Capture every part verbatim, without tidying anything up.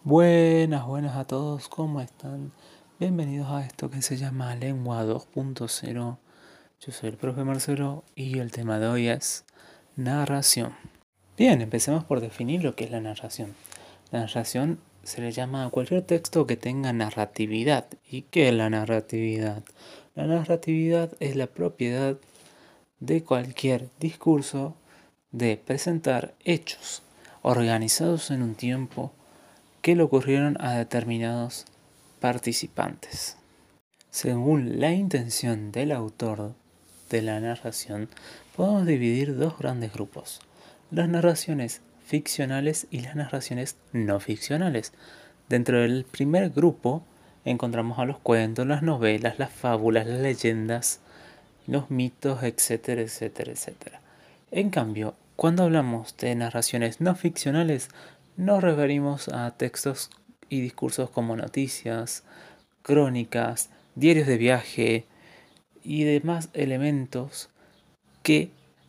Buenas, buenas a todos, ¿cómo están? Bienvenidos a esto que se llama Lengua dos punto cero. Yo soy el profe Marcelo y el tema de hoy es narración. Bien, empecemos por definir lo que es la narración. La narración se le llama a cualquier texto que tenga narratividad. ¿Y qué es la narratividad? La narratividad es la propiedad de cualquier discurso de presentar hechos organizados en un tiempo que le ocurrieron a determinados participantes. Según la intención del autor de la narración, podemos dividir dos grandes grupos: las narraciones ficcionales y las narraciones no ficcionales. Dentro del primer grupo encontramos a los cuentos, las novelas, las fábulas, las leyendas, los mitos, etcétera, etcétera, etcétera. En cambio, cuando hablamos de narraciones no ficcionales, nos referimos a textos y discursos como noticias, crónicas, diarios de viaje y demás elementos que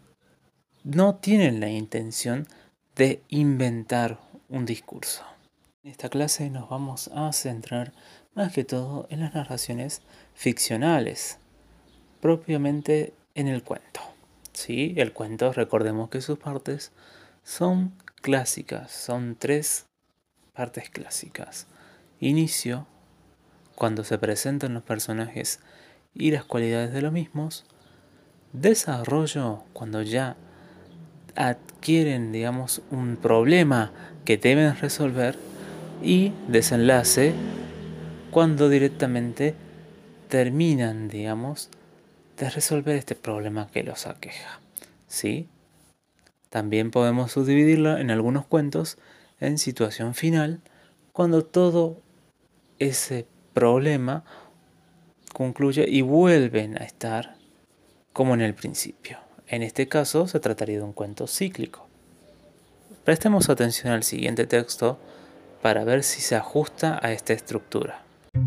no tienen la intención de inventar un discurso. En esta clase nos vamos a centrar más que todo en las narraciones ficcionales, propiamente en el cuento. Sí, el cuento, recordemos que sus partes son clásicas, son tres partes clásicas. Inicio, cuando se presentan los personajes y las cualidades de los mismos. Desarrollo, cuando ya adquieren, digamos, un problema que deben resolver. Y desenlace, cuando directamente terminan, digamos, de resolver este problema que los aqueja. ¿Sí? También podemos subdividirlo en algunos cuentos en situación final, cuando todo ese problema concluye y vuelven a estar como en el principio. En este caso se trataría de un cuento cíclico. Prestemos atención al siguiente texto para ver si se ajusta a esta estructura.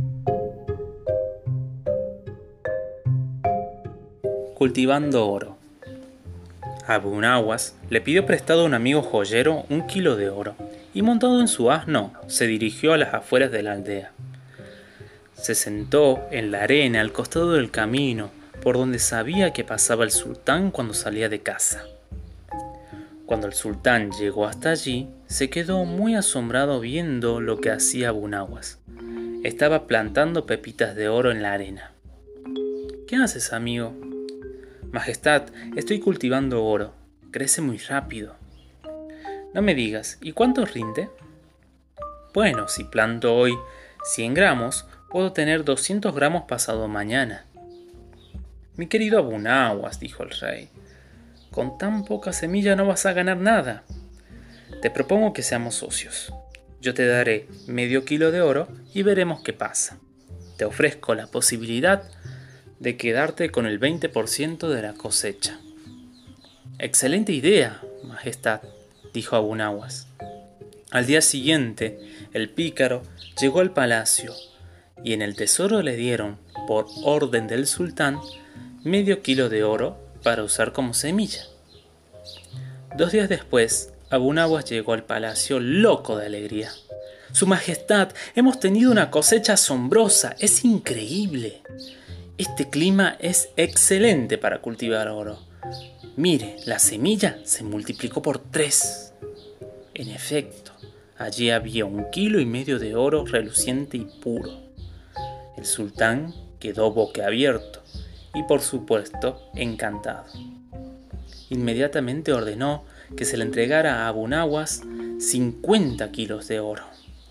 Cultivando oro. Abu Nawas le pidió prestado a un amigo joyero un kilo de oro y, montado en su asno, se dirigió a las afueras de la aldea. Se sentó en la arena al costado del camino por donde sabía que pasaba el sultán cuando salía de casa. Cuando el sultán llegó hasta allí, se quedó muy asombrado viendo lo que hacía Abu Nawas. Estaba plantando pepitas de oro en la arena. ¿Qué haces, amigo? Majestad, estoy cultivando oro. Crece muy rápido. No me digas, ¿y cuánto rinde? Bueno, si planto hoy cien gramos, puedo tener doscientos gramos pasado mañana. Mi querido Abu Nawas, dijo el rey, con tan poca semilla no vas a ganar nada. Te propongo que seamos socios. Yo te daré medio kilo de oro y veremos qué pasa. Te ofrezco la posibilidad de quedarte con el veinte por ciento de la cosecha. Excelente idea, Majestad, dijo Abu Nawas. Al día siguiente, el pícaro llegó al palacio y en el tesoro le dieron, por orden del sultán, medio kilo de oro para usar como semilla. Dos días después, Abu Nawas llegó al palacio loco de alegría. Su Majestad, hemos tenido una cosecha asombrosa, es increíble. Este clima es excelente para cultivar oro. Mire, la semilla se multiplicó por tres. En efecto, allí había un kilo y medio de oro reluciente y puro. El sultán quedó boquiabierto y, por supuesto, encantado. Inmediatamente ordenó que se le entregara a Abu Nawas cincuenta kilos de oro.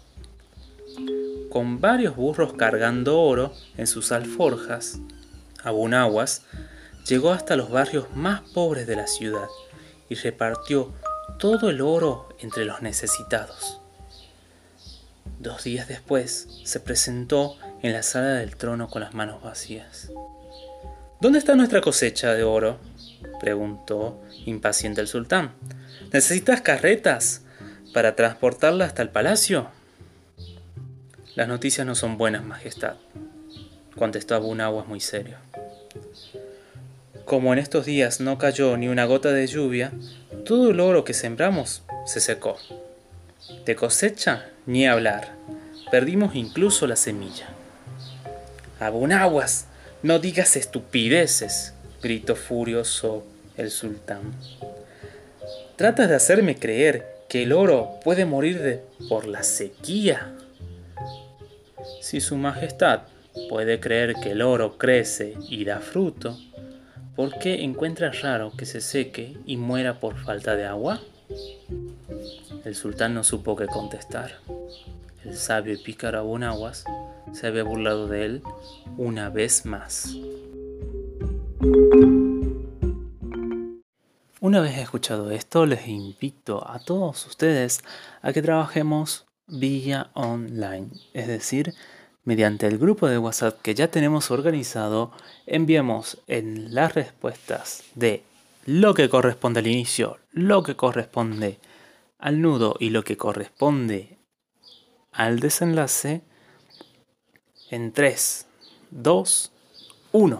Con varios burros cargando oro en sus alforjas, Abu Nawas llegó hasta los barrios más pobres de la ciudad y repartió todo el oro entre los necesitados. Dos días después se presentó en la sala del trono con las manos vacías. ¿Dónde está nuestra cosecha de oro?, preguntó impaciente el sultán. ¿Necesitas carretas para transportarla hasta el palacio? Las noticias no son buenas, Majestad, contestó Abu Nawas muy serio. Como en estos días no cayó ni una gota de lluvia, todo el oro que sembramos se secó. De cosecha, ni hablar. Perdimos incluso la semilla. Abunaguas, no digas estupideces, gritó furioso el sultán. ¿Tratas de hacerme creer que el oro puede morir de, por la sequía? Si su majestad puede creer que el oro crece y da fruto, ¿por qué encuentra raro que se seque y muera por falta de agua? El sultán no supo qué contestar. El sabio y pícaro Abunaguas se había burlado de él una vez más. Una vez escuchado esto, les invito a todos ustedes a que trabajemos vía online, es decir, mediante el grupo de WhatsApp que ya tenemos organizado, enviamos en las respuestas de lo que corresponde al inicio, lo que corresponde al nudo y lo que corresponde al desenlace en tres, dos, uno.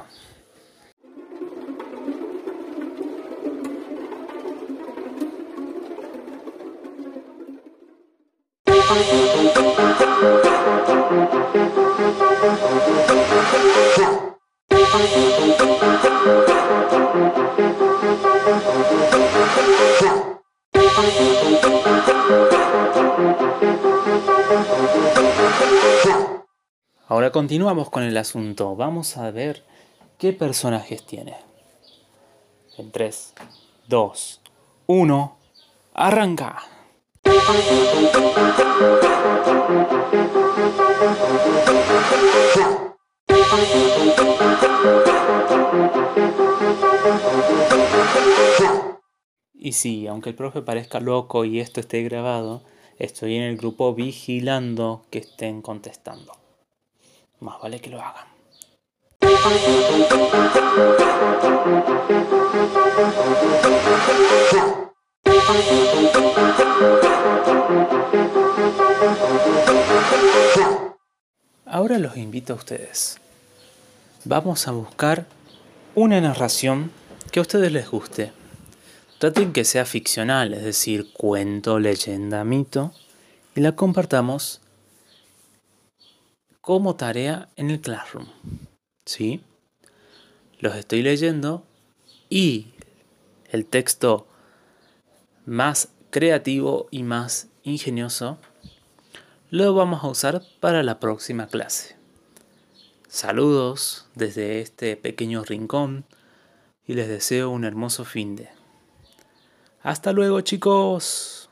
Ahora continuamos con el asunto. Vamos a ver qué personajes tiene. En tres, dos, uno, arranca. Y sí, aunque el profe parezca loco y esto esté grabado, estoy en el grupo vigilando que estén contestando. Más vale que lo hagan. Ahora los invito a ustedes. Vamos a buscar una narración que a ustedes les guste. Traten que sea ficcional, es decir, cuento, leyenda, mito, y la compartamos como tarea en el Classroom. ¿Sí? Los estoy leyendo y el texto más creativo y más ingenioso lo vamos a usar para la próxima clase. Saludos desde este pequeño rincón y les deseo un hermoso finde. Hasta luego, chicos.